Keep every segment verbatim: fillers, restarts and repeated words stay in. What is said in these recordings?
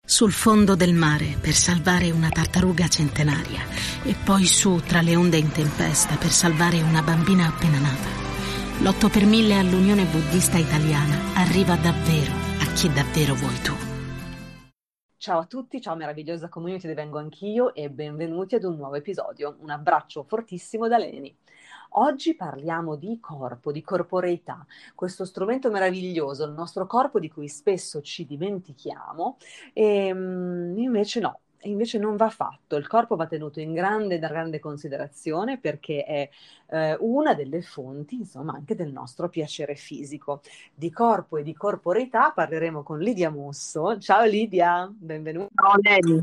Sul fondo del mare per salvare una tartaruga centenaria e poi su tra le onde in tempesta per salvare una bambina appena nata. L'otto per mille all'Unione Buddista Italiana arriva davvero a chi davvero vuoi tu. Ciao a tutti, ciao meravigliosa community di Vengo Anch'io e benvenuti ad un nuovo episodio. Un abbraccio fortissimo da Leni. Oggi parliamo di corpo, di corporeità, questo strumento meraviglioso, il nostro corpo di cui spesso ci dimentichiamo e mm, invece no. E invece non va fatto, il corpo va tenuto in grande, da grande considerazione perché è eh, una delle fonti, insomma, anche del nostro piacere fisico. Di corpo e di corporeità parleremo con Lidia Musso. Ciao Lidia, benvenuta. Ciao Leni.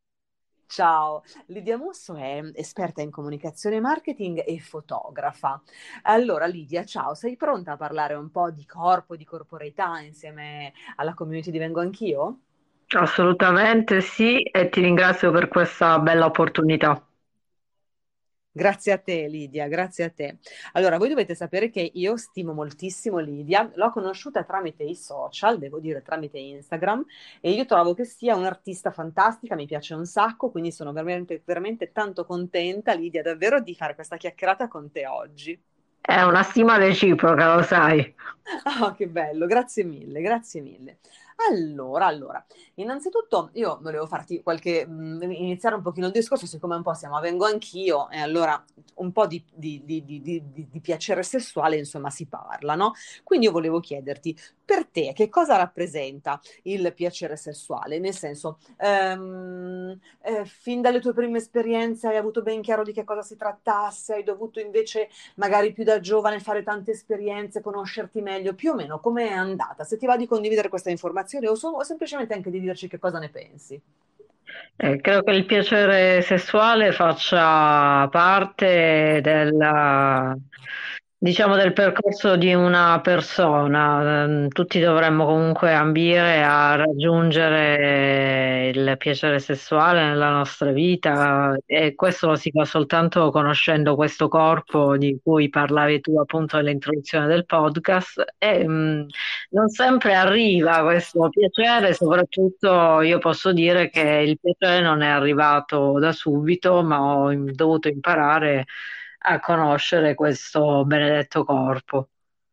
Ciao, Lidia Musso è esperta in comunicazione e marketing e fotografa. Allora Lidia, ciao, sei pronta a parlare un po' di corpo, di corporeità insieme alla community di Vengo Anch'io? Assolutamente sì, e ti ringrazio per questa bella opportunità. Grazie a te, Lidia, grazie a te. Allora, voi dovete sapere che io stimo moltissimo Lidia, l'ho conosciuta tramite i social, devo dire tramite Instagram, e io trovo che sia un'artista fantastica, mi piace un sacco, quindi sono veramente, veramente tanto contenta, Lidia, davvero di fare questa chiacchierata con te oggi. È una stima reciproca, lo sai. Ah, che bello, grazie mille, grazie mille. Allora, allora, innanzitutto io volevo farti qualche, mh, iniziare un pochino il discorso, siccome un po' siamo a Vengo Anch'io, e allora un po' di, di- di- di- di- di- di piacere sessuale, insomma, si parla, no? Quindi io volevo chiederti, per te, che cosa rappresenta il piacere sessuale? Nel senso, ehm, eh, fin dalle tue prime esperienze hai avuto ben chiaro di che cosa si trattasse, hai dovuto invece magari più da giovane fare tante esperienze, conoscerti meglio, più o meno come è andata? Se ti va di condividere questa informazione o, so- o semplicemente anche di dirci che cosa ne pensi. Eh, credo che il piacere sessuale faccia parte del, diciamo, del percorso di una persona. Ehm, Tutti dovremmo comunque ambire a raggiungere il piacere sessuale nella nostra vita e questo lo si fa soltanto conoscendo questo corpo di cui parlavi tu appunto nell'introduzione del podcast. E, mh, non sempre arriva questo piacere, soprattutto io posso dire che il piacere non è arrivato da subito, ma ho im- dovuto imparare a conoscere questo benedetto corpo.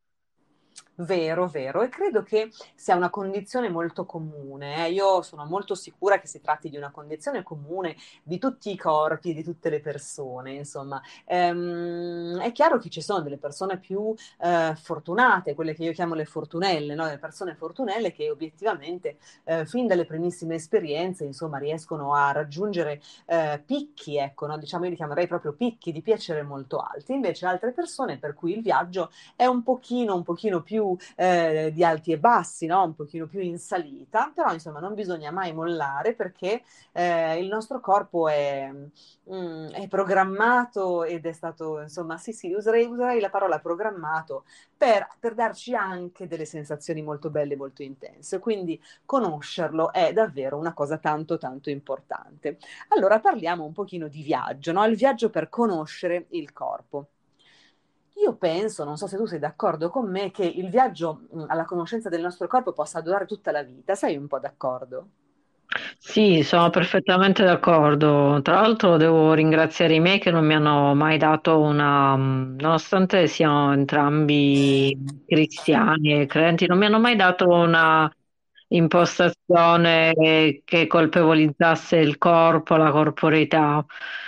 Vero, vero, e credo che sia una condizione molto comune. eh. Io sono molto sicura che si tratti di una condizione comune di tutti i corpi, di tutte le persone, insomma. Ehm, è chiaro che ci sono delle persone più eh, fortunate, quelle che io chiamo le fortunelle, no? Le persone fortunelle che obiettivamente eh, fin dalle primissime esperienze, insomma, riescono a raggiungere eh, picchi, ecco, no? Diciamo, io li chiamerei proprio picchi di piacere molto alti. Invece altre persone per cui il viaggio è un pochino, un pochino più eh, di alti e bassi, no? Un pochino più in salita, però insomma non bisogna mai mollare perché eh, il nostro corpo è, mm, è programmato ed è stato, insomma, sì, sì, userei, userei la parola programmato per, per darci anche delle sensazioni molto belle, molto intense. Quindi conoscerlo è davvero una cosa tanto, tanto importante. Allora parliamo un pochino di viaggio, no? Il viaggio per conoscere il corpo. Io penso, non so se tu sei d'accordo con me, che il viaggio mh, alla conoscenza del nostro corpo possa durare tutta la vita. Sei un po' d'accordo? Sì, sono perfettamente d'accordo. Tra l'altro devo ringraziare i miei che non mi hanno mai dato una, nonostante siano entrambi cristiani e credenti, non mi hanno mai dato una impostazione che colpevolizzasse il corpo, la corporeità.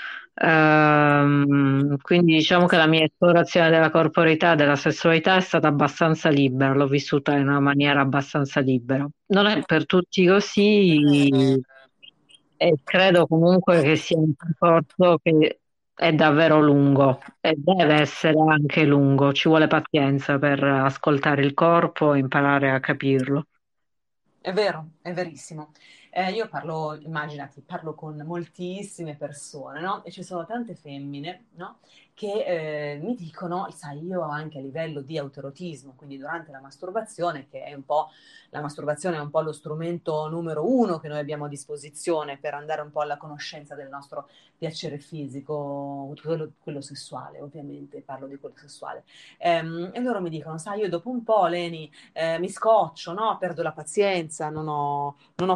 Ehm, quindi diciamo che la mia esplorazione della corporeità e della sessualità è stata abbastanza libera, l'ho vissuta in una maniera abbastanza libera. Non è per tutti così e credo comunque che sia un percorso che è davvero lungo e deve essere anche lungo, ci vuole pazienza per ascoltare il corpo e imparare a capirlo. È vero, è verissimo. Eh, io parlo, immaginati, parlo con moltissime persone, no? E ci sono tante femmine, no? Che eh, mi dicono, sai, io anche a livello di autoerotismo, quindi durante la masturbazione, che è un po', la masturbazione è un po' lo strumento numero uno che noi abbiamo a disposizione per andare un po' alla conoscenza del nostro piacere fisico, quello, quello sessuale, ovviamente, parlo di quello sessuale. Ehm, e loro mi dicono, sai, io dopo un po', Leni, eh, mi scoccio, no? Perdo la pazienza, non ho, non ho più voglia.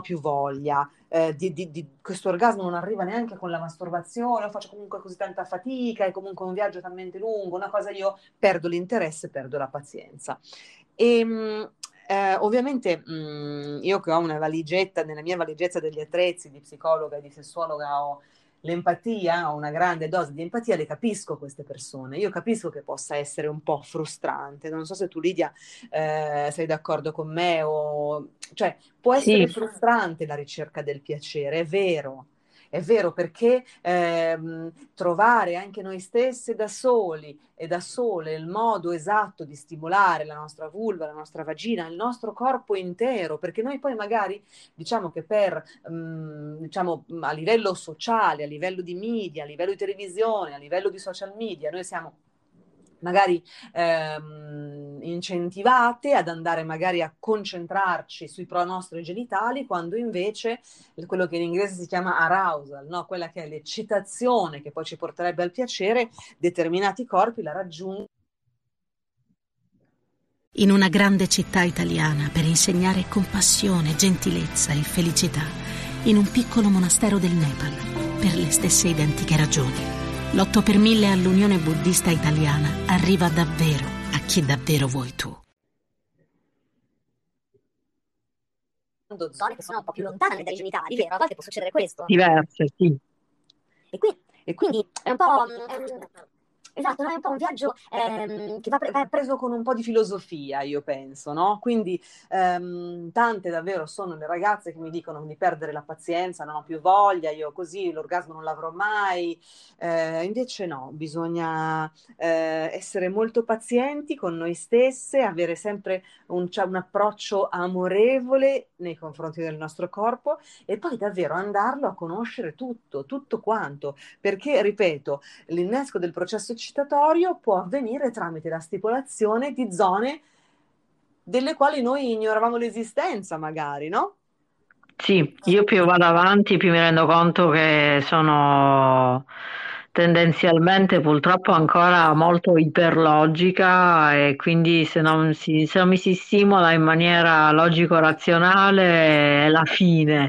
voglia, eh, di, di, di, questo orgasmo non arriva neanche con la masturbazione, faccio comunque così tanta fatica, è comunque un viaggio talmente lungo, una cosa, io perdo l'interesse, perdo la pazienza. E mh, eh, ovviamente mh, io che ho una valigetta, nella mia valigetta degli attrezzi di psicologa e di sessuologa ho l'empatia, ho una grande dose di empatia, le capisco queste persone, io capisco che possa essere un po' frustrante, non so se tu Lidia eh, sei d'accordo con me, o... cioè può essere Sì, frustrante la ricerca del piacere, è vero. È vero perché ehm, trovare anche noi stesse da soli e da sole il modo esatto di stimolare la nostra vulva, la nostra vagina, il nostro corpo intero, perché noi poi magari diciamo che per mh, diciamo a livello sociale, a livello di media, a livello di televisione, a livello di social media, noi siamo magari ehm, incentivate ad andare magari a concentrarci sui pro nostri genitali, quando invece quello che in inglese si chiama arousal, no? Quella che è l'eccitazione che poi ci porterebbe al piacere, determinati corpi la raggiungono. In una grande città italiana, per insegnare compassione, gentilezza e felicità, in un piccolo monastero del Nepal, per le stesse identiche ragioni, l'otto per mille all'Unione Buddista Italiana arriva davvero a chi davvero vuoi tu. Zone che sono un po' più lontane dai genitali, vero? A volte può succedere questo. diverse, sì. E, qui, e quindi è un po'... ehm, esatto, no? È un po' un viaggio ehm, che va pre- È preso con un po' di filosofia, io penso, no? Quindi ehm, tante davvero sono le ragazze che mi dicono di perdere la pazienza, non ho più voglia, io così l'orgasmo non l'avrò mai. Eh, invece no, bisogna eh, essere molto pazienti con noi stesse, avere sempre un, cioè, un approccio amorevole nei confronti del nostro corpo e poi davvero andarlo a conoscere tutto, tutto quanto, perché, ripeto, l'innesco del processo eccitatorio può avvenire tramite la stipulazione di zone delle quali noi ignoravamo l'esistenza, magari, no? Sì, io più vado avanti, più mi rendo conto che sono tendenzialmente purtroppo ancora molto iperlogica e quindi se non, si- se non mi si stimola in maniera logico-razionale è la fine.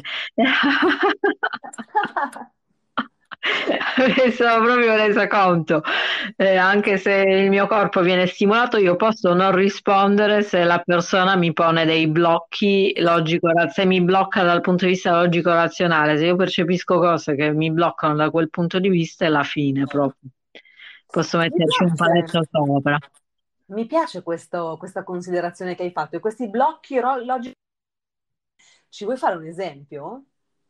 Mi sono proprio resa conto, eh, anche se il mio corpo viene stimolato, io posso non rispondere se la persona mi pone dei blocchi logico, se mi blocca dal punto di vista logico-razionale, se io percepisco cose che mi bloccano da quel punto di vista è la fine proprio. Posso Mi metterci un piace, paletto sopra. mi piace questo- questa considerazione che hai fatto e questi blocchi ro- logici. Ci vuoi fare un esempio?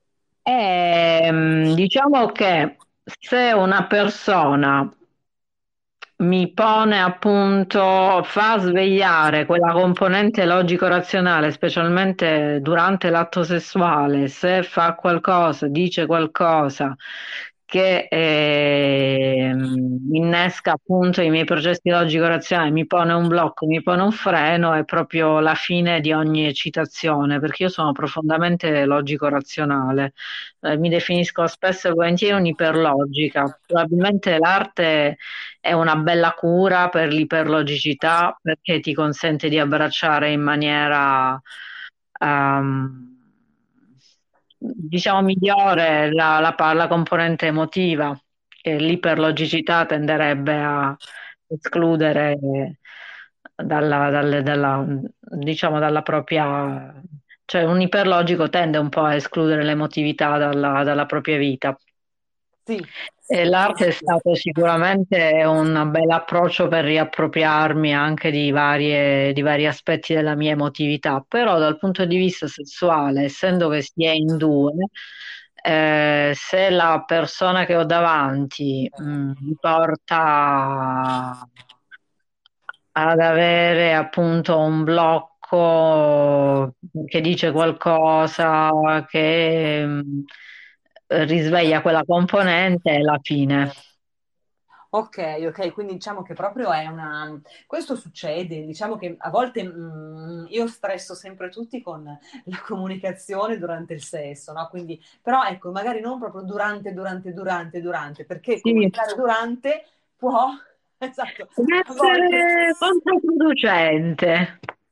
Ehm, diciamo che se una persona mi pone appunto, fa svegliare quella componente logico-razionale, specialmente durante l'atto sessuale, se fa qualcosa, dice qualcosa che ehm, innesca appunto i miei processi logico-razionali, mi pone un blocco, mi pone un freno, è proprio la fine di ogni eccitazione, perché io sono profondamente logico-razionale. Eh, mi definisco spesso e volentieri un'iperlogica. Probabilmente l'arte è una bella cura per l'iperlogicità perché ti consente di abbracciare in maniera, ehm, diciamo, migliore la, la, pa- la componente emotiva, che l'iperlogicità tenderebbe a escludere dalla, dalle- dalla, diciamo, dalla propria... Cioè un iperlogico tende un po' a escludere l'emotività dalla dalla propria vita. Sì, E sì, l'arte è sì. stato sicuramente un bel approccio per riappropriarmi anche di varie- di vari aspetti della mia emotività, però dal punto di vista sessuale, essendo che si è in due, eh, se la persona che ho davanti, mh, mi porta ad avere appunto un blocco che dice qualcosa che mh, risveglia quella componente e la fine. Ok, ok, quindi diciamo che proprio è una... Questo succede, diciamo che a volte mm, io stresso sempre tutti con la comunicazione durante il sesso, no? Quindi, però ecco, magari non proprio durante, durante, durante, durante, perché Sì, comunicare durante può, esatto, può a volte essere controproducente.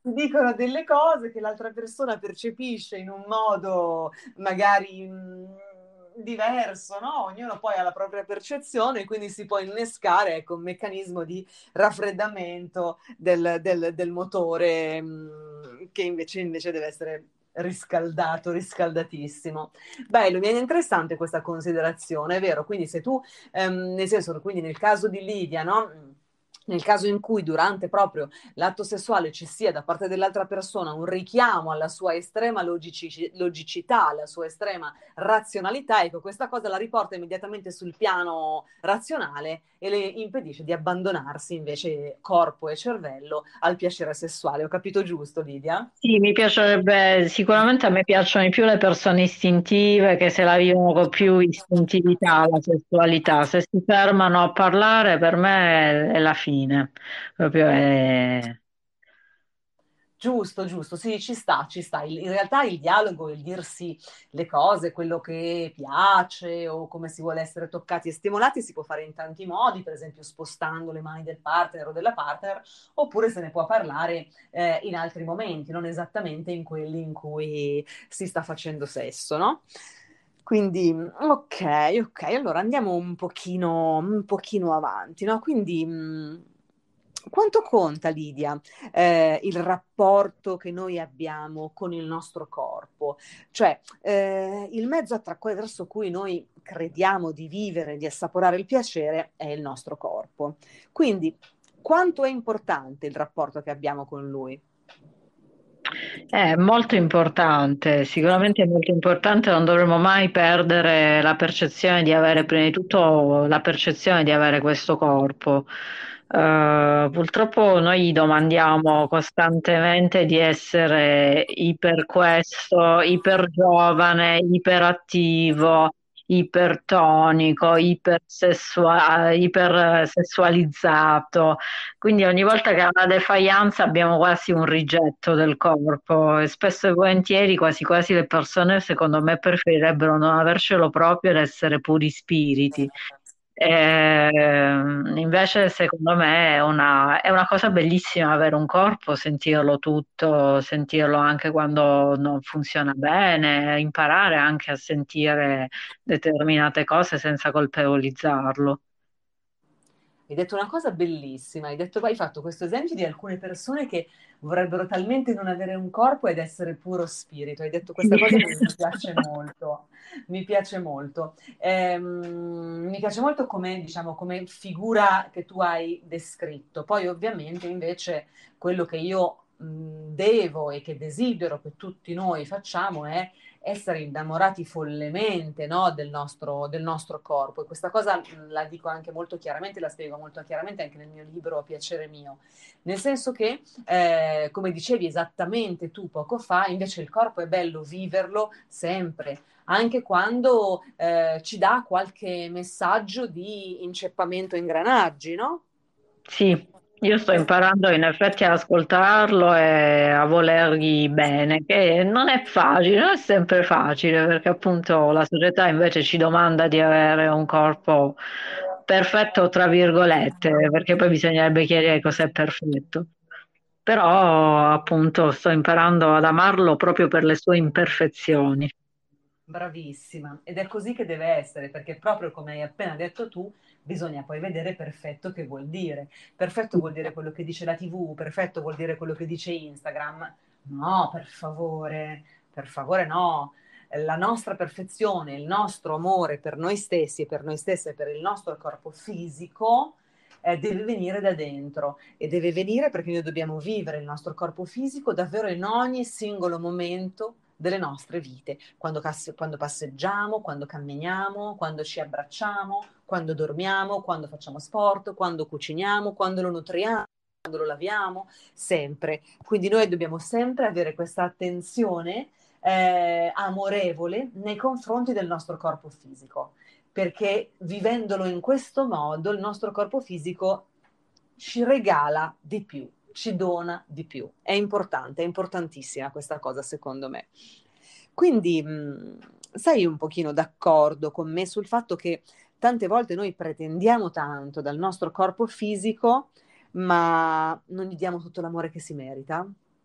ti dicono delle cose che l'altra persona percepisce in un modo magari mh, diverso, no? Ognuno poi ha la propria percezione, quindi si può innescare, ecco, un meccanismo di raffreddamento del, del- del motore, mh, che invece, invece deve essere riscaldato, riscaldatissimo. Bello, mi è interessante questa considerazione, è vero? Quindi se tu, ehm, nel senso, quindi nel caso di Lidia, no? Nel caso in cui durante proprio l'atto sessuale ci sia da parte dell'altra persona un richiamo alla sua estrema logici- logicità, alla sua estrema razionalità, ecco, questa cosa la riporta immediatamente sul piano razionale e le impedisce di abbandonarsi invece corpo e cervello al piacere sessuale. Ho capito giusto, Lidia? Sì, mi piacerebbe, sicuramente a me piacciono di più le persone istintive che se la vivono con più istintività la sessualità. Se si fermano a parlare, per me è, è la fine. Proprio è... Giusto, giusto, sì, ci sta, ci sta. Il- In realtà il dialogo, il dirsi le cose, quello che piace o come si vuole essere toccati e stimolati si può fare in tanti modi, per esempio spostando le mani del partner o della partner, oppure se ne può parlare eh, in altri momenti, non esattamente in quelli in cui si sta facendo sesso, no? Quindi, ok, ok, allora andiamo un pochino, un pochino avanti, no? Quindi, mh, quanto conta, Lidia, eh, il rapporto che noi abbiamo con il nostro corpo? Cioè, eh, il mezzo attraverso cui noi crediamo di vivere, di assaporare il piacere è il nostro corpo. Quindi, quanto è importante il rapporto che abbiamo con lui? È molto importante, sicuramente è molto importante, non dovremmo mai perdere la percezione di avere, prima di tutto, la percezione di avere questo corpo. Eh, purtroppo noi domandiamo costantemente di essere iper questo, iper giovane, iperattivo, ipertonico, ipersessua- ipersessualizzato. Quindi ogni volta che ha una defiance abbiamo quasi un rigetto del corpo e spesso e volentieri quasi quasi le persone secondo me preferirebbero non avercelo proprio ed essere puri spiriti. Ehm, invece secondo me è una, è una cosa bellissima avere un corpo, sentirlo tutto, sentirlo anche quando non funziona bene, imparare anche a sentire determinate cose senza colpevolizzarlo. Hai detto una cosa bellissima, hai detto, hai fatto questo esempio di alcune persone che vorrebbero talmente non avere un corpo ed essere puro spirito. Hai detto Sì. questa cosa che mi piace molto, mi piace molto. Ehm, mi piace molto come, diciamo, come figura che tu hai descritto. Poi ovviamente invece quello che io mh, devo e che desidero che tutti noi facciamo è essere innamorati follemente, no, del nostro, del nostro corpo. E questa cosa mh, la dico anche molto chiaramente, la spiego molto chiaramente anche nel mio libro Piacere mio. Nel senso che, eh, come dicevi esattamente tu poco fa, invece il corpo è bello viverlo sempre, anche quando eh, ci dà qualche messaggio di inceppamento ingranaggi, no? Sì, io sto imparando in effetti ad ascoltarlo e a volergli bene, che non è facile, non è sempre facile, perché appunto la società invece ci domanda di avere un corpo perfetto, tra virgolette, perché poi bisognerebbe chiedere cos'è perfetto. Però appunto sto imparando ad amarlo proprio per le sue imperfezioni. Bravissima, ed è così che deve essere, perché proprio come hai appena detto tu, bisogna poi vedere perfetto che vuol dire. Perfetto vuol dire quello che dice la T V, perfetto vuol dire quello che dice Instagram. No, per favore, per favore no. La nostra perfezione, il nostro amore per noi stessi e per noi stesse e per il nostro corpo fisico eh, deve venire da dentro e deve venire perché noi dobbiamo vivere il nostro corpo fisico davvero in ogni singolo momento delle nostre vite, quando, cass- quando passeggiamo, quando camminiamo, quando ci abbracciamo, quando dormiamo, quando facciamo sport, quando cuciniamo, quando lo nutriamo, quando lo laviamo, sempre. Quindi noi dobbiamo sempre avere questa attenzione eh, amorevole nei confronti del nostro corpo fisico, perché vivendolo in questo modo il nostro corpo fisico ci regala di più, ci dona di più. È importante, è importantissima questa cosa secondo me. Quindi mh, sei un pochino d'accordo con me sul fatto che tante volte noi pretendiamo tanto dal nostro corpo fisico, ma non gli diamo tutto l'amore che si merita?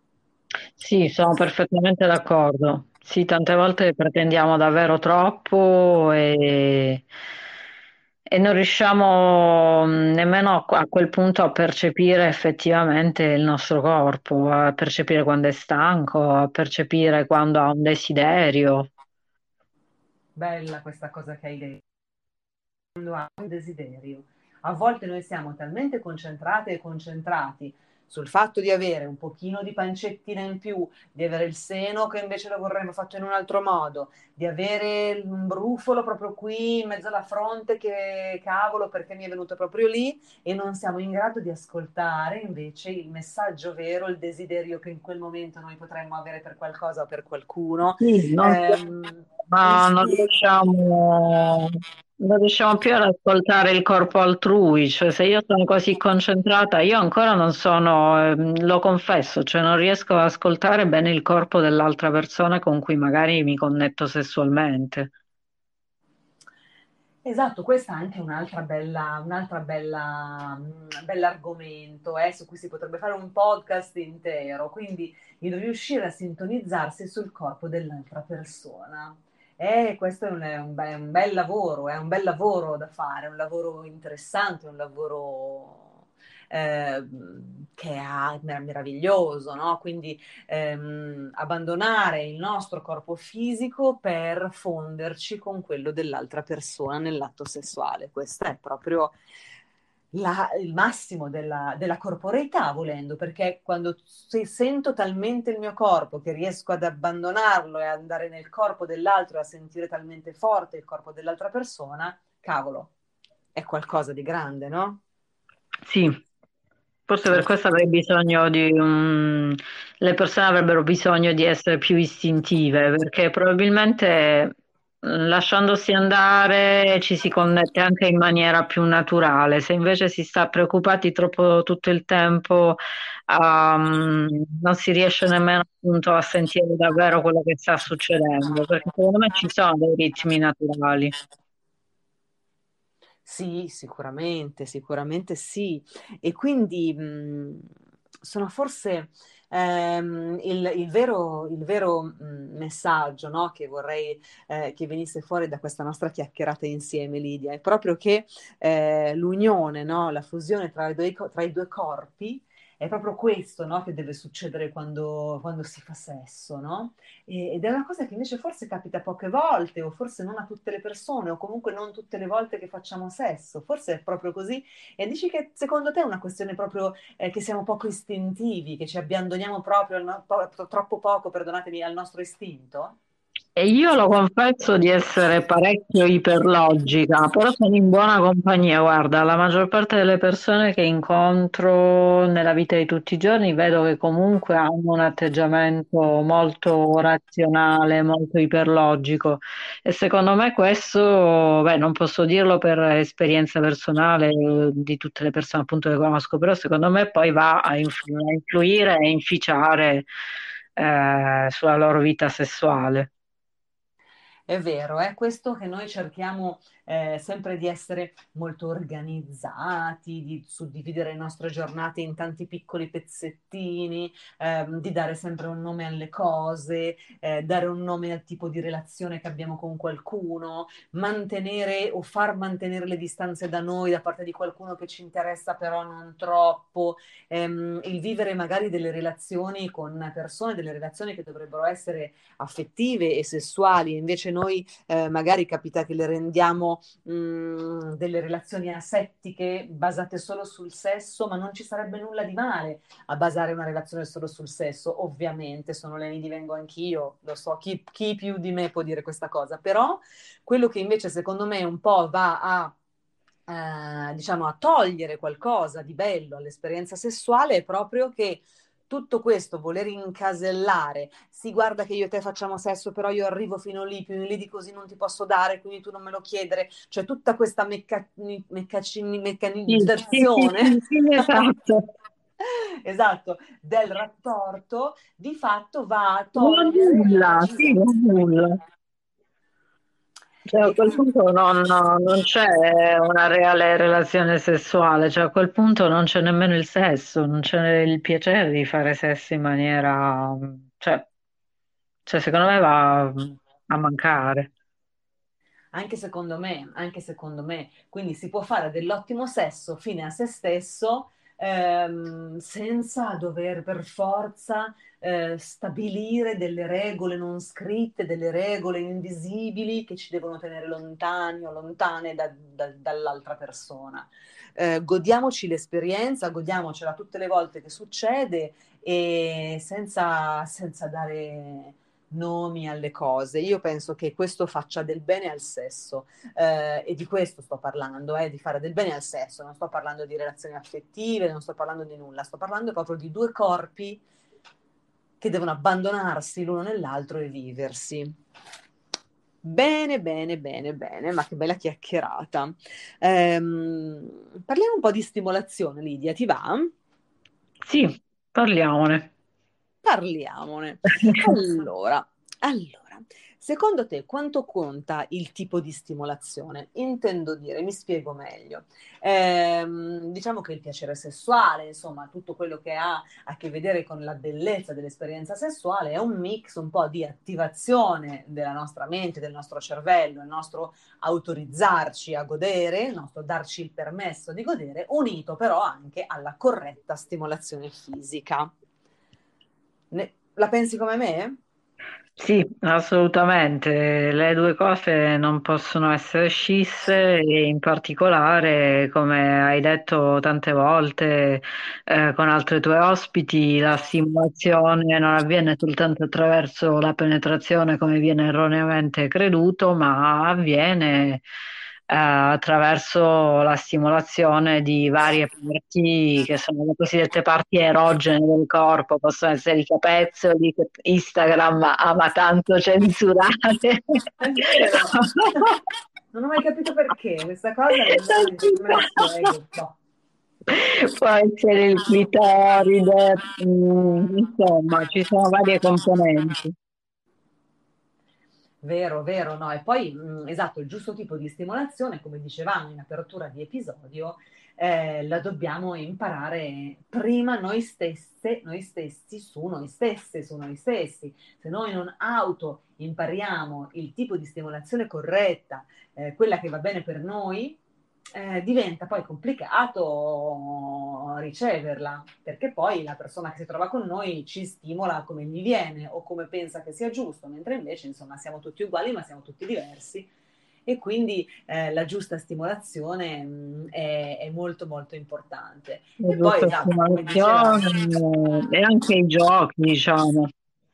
Sì, sono perfettamente d'accordo. Sì, tante volte pretendiamo davvero troppo e, e non riusciamo mh, nemmeno a, a quel punto a percepire effettivamente il nostro corpo, a percepire quando è stanco, a percepire quando ha un desiderio. Bella questa cosa che hai detto. Quando ha un desiderio. A volte noi siamo talmente concentrate e concentrati sul fatto di avere un pochino di pancettina in più, di avere il seno che invece lo vorremmo fatto in un altro modo, di avere un brufolo proprio qui in mezzo alla fronte che cavolo perché mi è venuto proprio lì e non siamo in grado di ascoltare invece il messaggio vero, il desiderio che in quel momento noi potremmo avere per qualcosa o per qualcuno. Sì, non, Ehm, ma non l'istinto. riusciamo, non riusciamo più ad ascoltare il corpo altrui, cioè se io sono così concentrata, io ancora non sono, ehm, lo confesso, cioè non riesco ad ascoltare bene il corpo dell'altra persona con cui magari mi connetto sessualmente. Esatto, questa è anche un'altra bella, un'altra bella, mh, bell'argomento, eh, su cui si potrebbe fare un podcast intero, quindi il riuscire a sintonizzarsi sul corpo dell'altra persona. E questo è un, è un be- un bel lavoro, è un bel lavoro da fare, è un lavoro interessante, un lavoro eh, che è meraviglioso, no? Quindi ehm, abbandonare il nostro corpo fisico per fonderci con quello dell'altra persona nell'atto sessuale. Questo è proprio la- il massimo della, della corporeità, volendo, perché quando se sento talmente il mio corpo che riesco ad abbandonarlo e ad andare nel corpo dell'altro e a sentire talmente forte il corpo dell'altra persona, cavolo, è qualcosa di grande, no? Sì, forse per Eh, questo avrei bisogno di un... le persone avrebbero bisogno di essere più istintive, perché probabilmente mh, lasciandosi andare ci si connette anche in maniera più naturale. Se invece si sta preoccupati troppo tutto il tempo, ehm, non si riesce nemmeno appunto a sentire davvero quello che sta succedendo, perché secondo me ci sono dei ritmi naturali. Sì, sicuramente, sicuramente sì. E quindi mh, sono forse ehm, il, il vero, il vero mh, messaggio, no, che vorrei eh, che venisse fuori da questa nostra chiacchierata insieme, Lidia, è proprio che eh, l'unione, no, la fusione tra i due, co- tra i due corpi è proprio questo, no, che deve succedere quando, quando si fa sesso, no? E- Ed è una cosa che invece forse capita poche volte, o forse non a tutte le persone, o comunque non tutte le volte che facciamo sesso. Forse è proprio così. E dici che secondo te è una questione proprio eh, che siamo poco istintivi, che ci abbandoniamo proprio al no- po- troppo poco, perdonatemi, al nostro istinto? E io lo confesso di essere parecchio iperlogica, però sono in buona compagnia. Guarda, la maggior parte delle persone che incontro nella vita di tutti i giorni vedo che comunque hanno un atteggiamento molto razionale, molto iperlogico. E secondo me questo, beh, non posso dirlo per esperienza personale eh, di tutte le persone appunto che conosco, però secondo me poi va a influ- a influire e inficiare eh, sulla loro vita sessuale. È vero, è questo che noi cerchiamo eh, sempre di essere molto organizzati, di suddividere le nostre giornate in tanti piccoli pezzettini, ehm, di dare sempre un nome alle cose, eh, dare un nome al tipo di relazione che abbiamo con qualcuno, mantenere o far mantenere le distanze da noi da parte di qualcuno che ci interessa però non troppo, ehm, il vivere magari delle relazioni con persone, delle relazioni che dovrebbero essere affettive e sessuali, invece noi eh, magari capita che le rendiamo mh, delle relazioni asettiche basate solo sul sesso, ma non ci sarebbe nulla di male a basare una relazione solo sul sesso, ovviamente sono lei, mi divengo anch'io, lo so, chi, chi più di me può dire questa cosa, però quello che invece secondo me un po' va a eh, diciamo, a togliere qualcosa di bello all'esperienza sessuale è proprio che tutto questo, voler incasellare, si guarda che io e te facciamo sesso, però io arrivo fino lì, più in lì di così non ti posso dare, quindi tu non me lo chiedere, cioè tutta questa mecca- meccacini- Sì, sì, sì, meccanizzazione. sì, sì, esatto. Esatto, del rapporto di fatto va a Va a togliere la nulla, sì, magia. va a nulla. Cioè, a E quel quindi punto non, non c'è una reale relazione sessuale, cioè a quel punto non c'è nemmeno il sesso, non c'è il piacere di fare sesso in maniera, cioè, cioè, secondo me va a mancare. anche secondo me, anche secondo me, quindi si può fare dell'ottimo sesso fine a se stesso, ehm, senza dover per forza eh, stabilire delle regole non scritte, delle regole invisibili che ci devono tenere lontani o lontane da- da- dall'altra persona. Eh, godiamoci l'esperienza, godiamocela tutte le volte che succede e senza, senza dare nomi alle cose. Io penso che questo faccia del bene al sesso, eh, e di questo sto parlando, eh, di fare del bene al sesso. Non sto parlando di relazioni affettive, non sto parlando di nulla, sto parlando proprio di due corpi che devono abbandonarsi l'uno nell'altro e viversi. Bene, bene, bene, bene, ma che bella chiacchierata. Ehm, parliamo un po' di stimolazione, Lidia, ti va? Sì, parliamone. Parliamone. Allora, allora, secondo te quanto conta il tipo di stimolazione? Intendo dire, mi spiego meglio. Ehm, diciamo che il piacere sessuale, insomma, tutto quello che ha a che vedere con la bellezza dell'esperienza sessuale è un mix un po' di attivazione della nostra mente, del nostro cervello, il nostro autorizzarci a godere, il nostro darci il permesso di godere, unito però anche alla corretta stimolazione fisica. Ne- la pensi come me? Sì, assolutamente. Le due cose non possono essere scisse e in particolare, come hai detto tante volte, eh, con altre tue ospiti, la stimolazione non avviene soltanto attraverso la penetrazione come viene erroneamente creduto, ma avviene eh, attraverso la stimolazione di varie parti che sono le cosiddette parti erogene del corpo, possono essere i capezzoli che Instagram ama tanto censurare. È vero. Non ho mai capito perché questa cosa, non me non me la spiego. Boh. Può essere il clitoride, mm, insomma, ci sono varie componenti. Vero, vero, no. E poi, mh, esatto, il giusto tipo di stimolazione, come dicevamo in apertura di episodio, eh, la dobbiamo imparare prima noi stesse, noi stessi, su noi stesse, su noi stessi. Se noi non auto impariamo il tipo di stimolazione corretta, eh, quella che va bene per noi, eh, diventa poi complicato riceverla, perché poi la persona che si trova con noi ci stimola come gli viene o come pensa che sia giusto, mentre invece, insomma, siamo tutti uguali, ma siamo tutti diversi. E quindi eh, la giusta stimolazione mh, è, è molto molto importante. La E poi, giusta esatto, come diceva, stimolazione e anche i giochi, diciamo.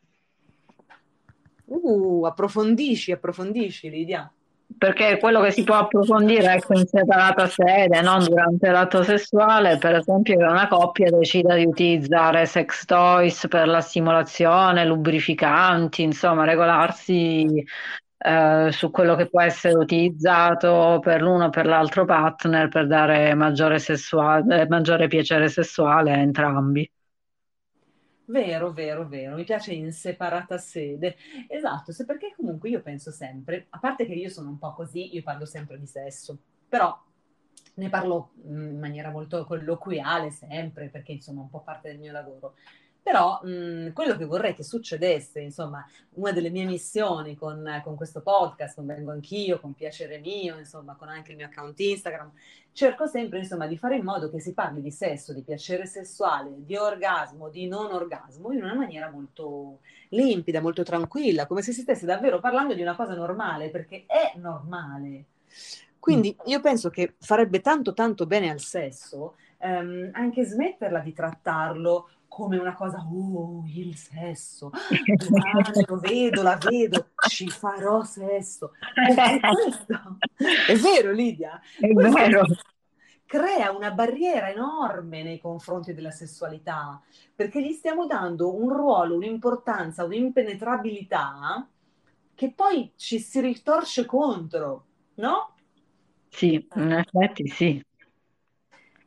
uh, approfondisci, approfondisci, Lidia. Perché quello che si può approfondire ecco, in separata sede, non durante l'atto sessuale, per esempio che una coppia decida di utilizzare sex toys per la stimolazione, lubrificanti, insomma, regolarsi eh, su quello che può essere utilizzato per l'uno o per l'altro partner per dare maggiore, sessuale, eh, maggiore piacere sessuale a entrambi. Vero, vero, vero, mi piace in separata sede. Esatto, se perché comunque io penso sempre, a parte che io sono un po' così, io parlo sempre di sesso, però ne parlo mh, in maniera molto colloquiale sempre, perché insomma è un po' parte del mio lavoro. Però mh, quello che vorrei che succedesse, insomma, una delle mie missioni con, con questo podcast, con Vengo Anch'io, con Piacere Mio, insomma, con anche il mio account Instagram, cerco sempre, insomma, di fare in modo che si parli di sesso, di piacere sessuale, di orgasmo, di non orgasmo, in una maniera molto limpida, molto tranquilla, come se si stesse davvero parlando di una cosa normale, perché è normale. Mm. Quindi io penso che farebbe tanto tanto bene al sesso ehm, anche smetterla di trattarlo come una cosa, oh, il sesso, domani lo vedo, la vedo, ci farò sesso. Perché questo è vero, Lidia, È questo vero. crea una barriera enorme nei confronti della sessualità, perché gli stiamo dando un ruolo, un'importanza, un'impenetrabilità che poi ci si ritorce contro, no? Sì, in effetti sì.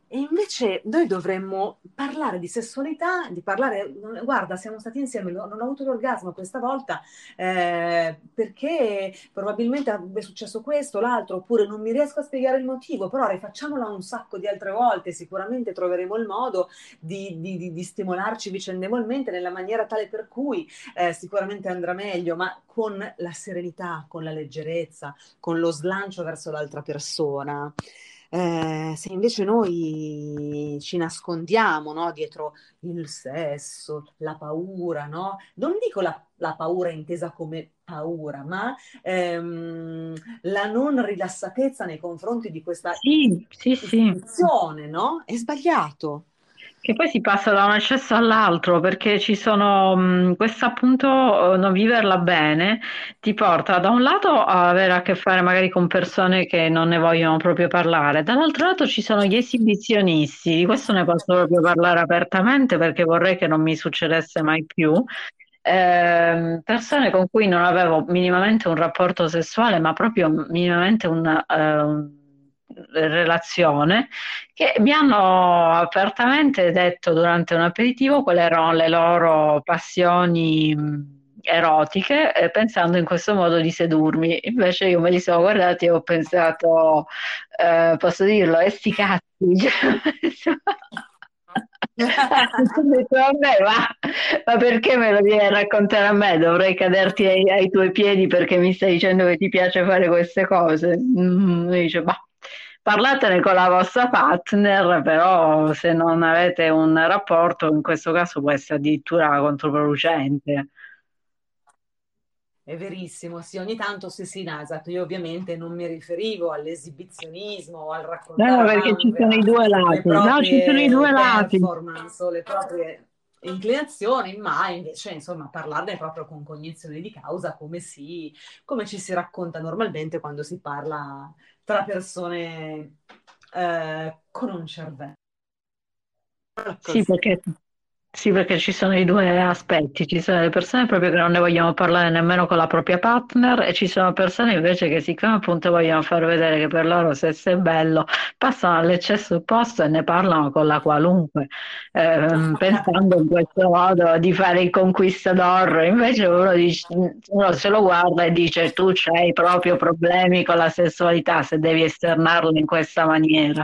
E invece noi dovremmo parlare di sessualità, di parlare, guarda, siamo stati insieme, non ho avuto l'orgasmo questa volta eh, perché probabilmente è successo questo, l'altro, oppure non mi riesco a spiegare il motivo, però rifacciamola un sacco di altre volte, sicuramente troveremo il modo di, di, di, di stimolarci vicendevolmente nella maniera tale per cui eh, sicuramente andrà meglio, ma con la serenità, con la leggerezza, con lo slancio verso l'altra persona. Eh, se invece noi ci nascondiamo, no, dietro il sesso, la paura, no? Non dico la, la paura intesa come paura, ma ehm, la non rilassatezza nei confronti di questa Sì, sì, sì. istituzione, no? È sbagliato. Che poi si passa da un eccesso all'altro perché ci sono, mh, questo appunto, eh, non viverla bene ti porta da un lato a avere a che fare magari con persone che non ne vogliono proprio parlare, dall'altro lato ci sono gli esibizionisti, di questo ne posso proprio parlare apertamente perché vorrei che non mi succedesse mai più. Ehm, persone con cui non avevo minimamente un rapporto sessuale, ma proprio minimamente un, eh, un- relazione, che mi hanno apertamente detto durante un aperitivo quali erano le loro passioni mh, erotiche, eh, pensando in questo modo di sedurmi. Invece io me li sono guardati e ho pensato, eh, posso dirlo, e sti cazzi. Ho detto, vabbè, ma, ma perché me lo vieni a raccontare a me? Dovrei caderti ai, ai tuoi piedi perché mi stai dicendo che ti piace fare queste cose. Mm, e dice, bah, parlatene con la vostra partner, però se non avete un rapporto, in questo caso può essere addirittura controproducente. È verissimo, sì, ogni tanto sì, sì, no, esatto, io ovviamente non mi riferivo all'esibizionismo o al No, no, raccontare a perché ci sono i vanvera due le lati. No, ci sono i due proprie lati. performance o le proprie inclinazioni, ma invece, insomma, parlarne proprio con cognizione di causa, come si, come ci si racconta normalmente quando si parla tra persone eh, con un cervello. Sì, Così. perché, sì, perché ci sono i due aspetti, ci sono le persone proprio che non ne vogliono parlare nemmeno con la propria partner e ci sono persone invece che siccome appunto vogliono far vedere che per loro sesso è bello, passano all'eccesso opposto e ne parlano con la qualunque, ehm, pensando in questo modo di fare il conquistador, invece uno, dice, uno se lo guarda e dice tu c'hai proprio problemi con la sessualità se devi esternarlo in questa maniera.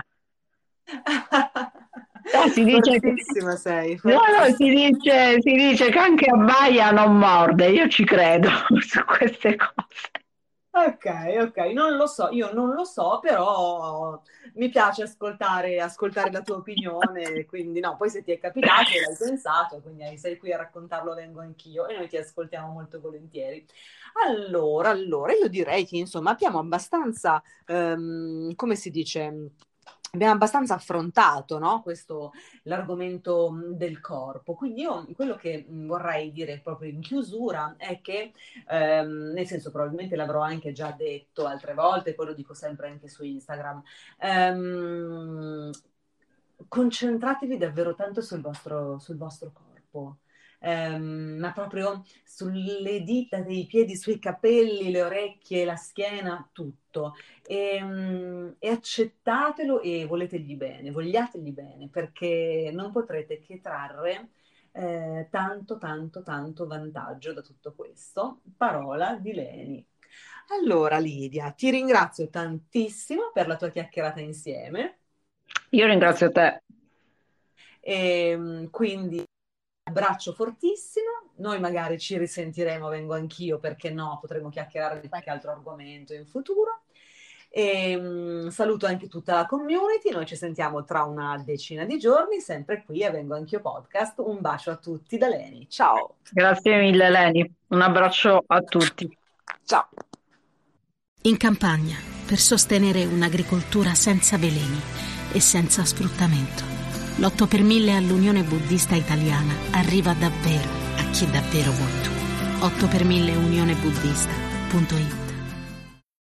No, si dice che, Fortissima sei, no, no, si fortissima. dice, si dice che anche abbaia non morde, io ci credo su queste cose. Ok, ok, non lo so, io non lo so, però mi piace ascoltare, ascoltare la tua opinione, quindi no, poi se ti è capitato e l'hai pensato, quindi sei qui a raccontarlo, vengo anch'io e noi ti ascoltiamo molto volentieri. Allora, allora, io direi che insomma abbiamo abbastanza, ehm, come si dice, abbiamo abbastanza affrontato, no? Questo l'argomento mh, del corpo. Quindi io quello che mh, vorrei dire proprio in chiusura è che ehm, nel senso probabilmente l'avrò anche già detto altre volte, poi lo dico sempre anche su Instagram, ehm, concentratevi davvero tanto sul vostro, sul vostro corpo. Ehm, ma proprio sulle dita dei piedi, sui capelli, le orecchie, la schiena, tutto. E, mm, e accettatelo e voletegli bene, vogliategli bene, perché non potrete che trarre eh, tanto, tanto, tanto vantaggio da tutto questo. Parola di Leni. Allora, Lidia, ti ringrazio tantissimo per la tua chiacchierata insieme. Io ringrazio te. E, quindi abbraccio fortissimo. Noi magari ci risentiremo, vengo anch'io, perché no, potremo chiacchierare di qualche altro argomento in futuro. E, um, saluto anche tutta la community, noi ci sentiamo tra una decina di giorni, sempre qui a Vengo Anch'io Podcast. Un bacio a tutti da Leni, ciao! Grazie mille, Leni. Un abbraccio a tutti. Ciao! In campagna, per sostenere un'agricoltura senza veleni e senza sfruttamento, l'otto per mille all'Unione Buddista Italiana arriva davvero a chi davvero vuoi tu. otto per mille unionebuddista punto it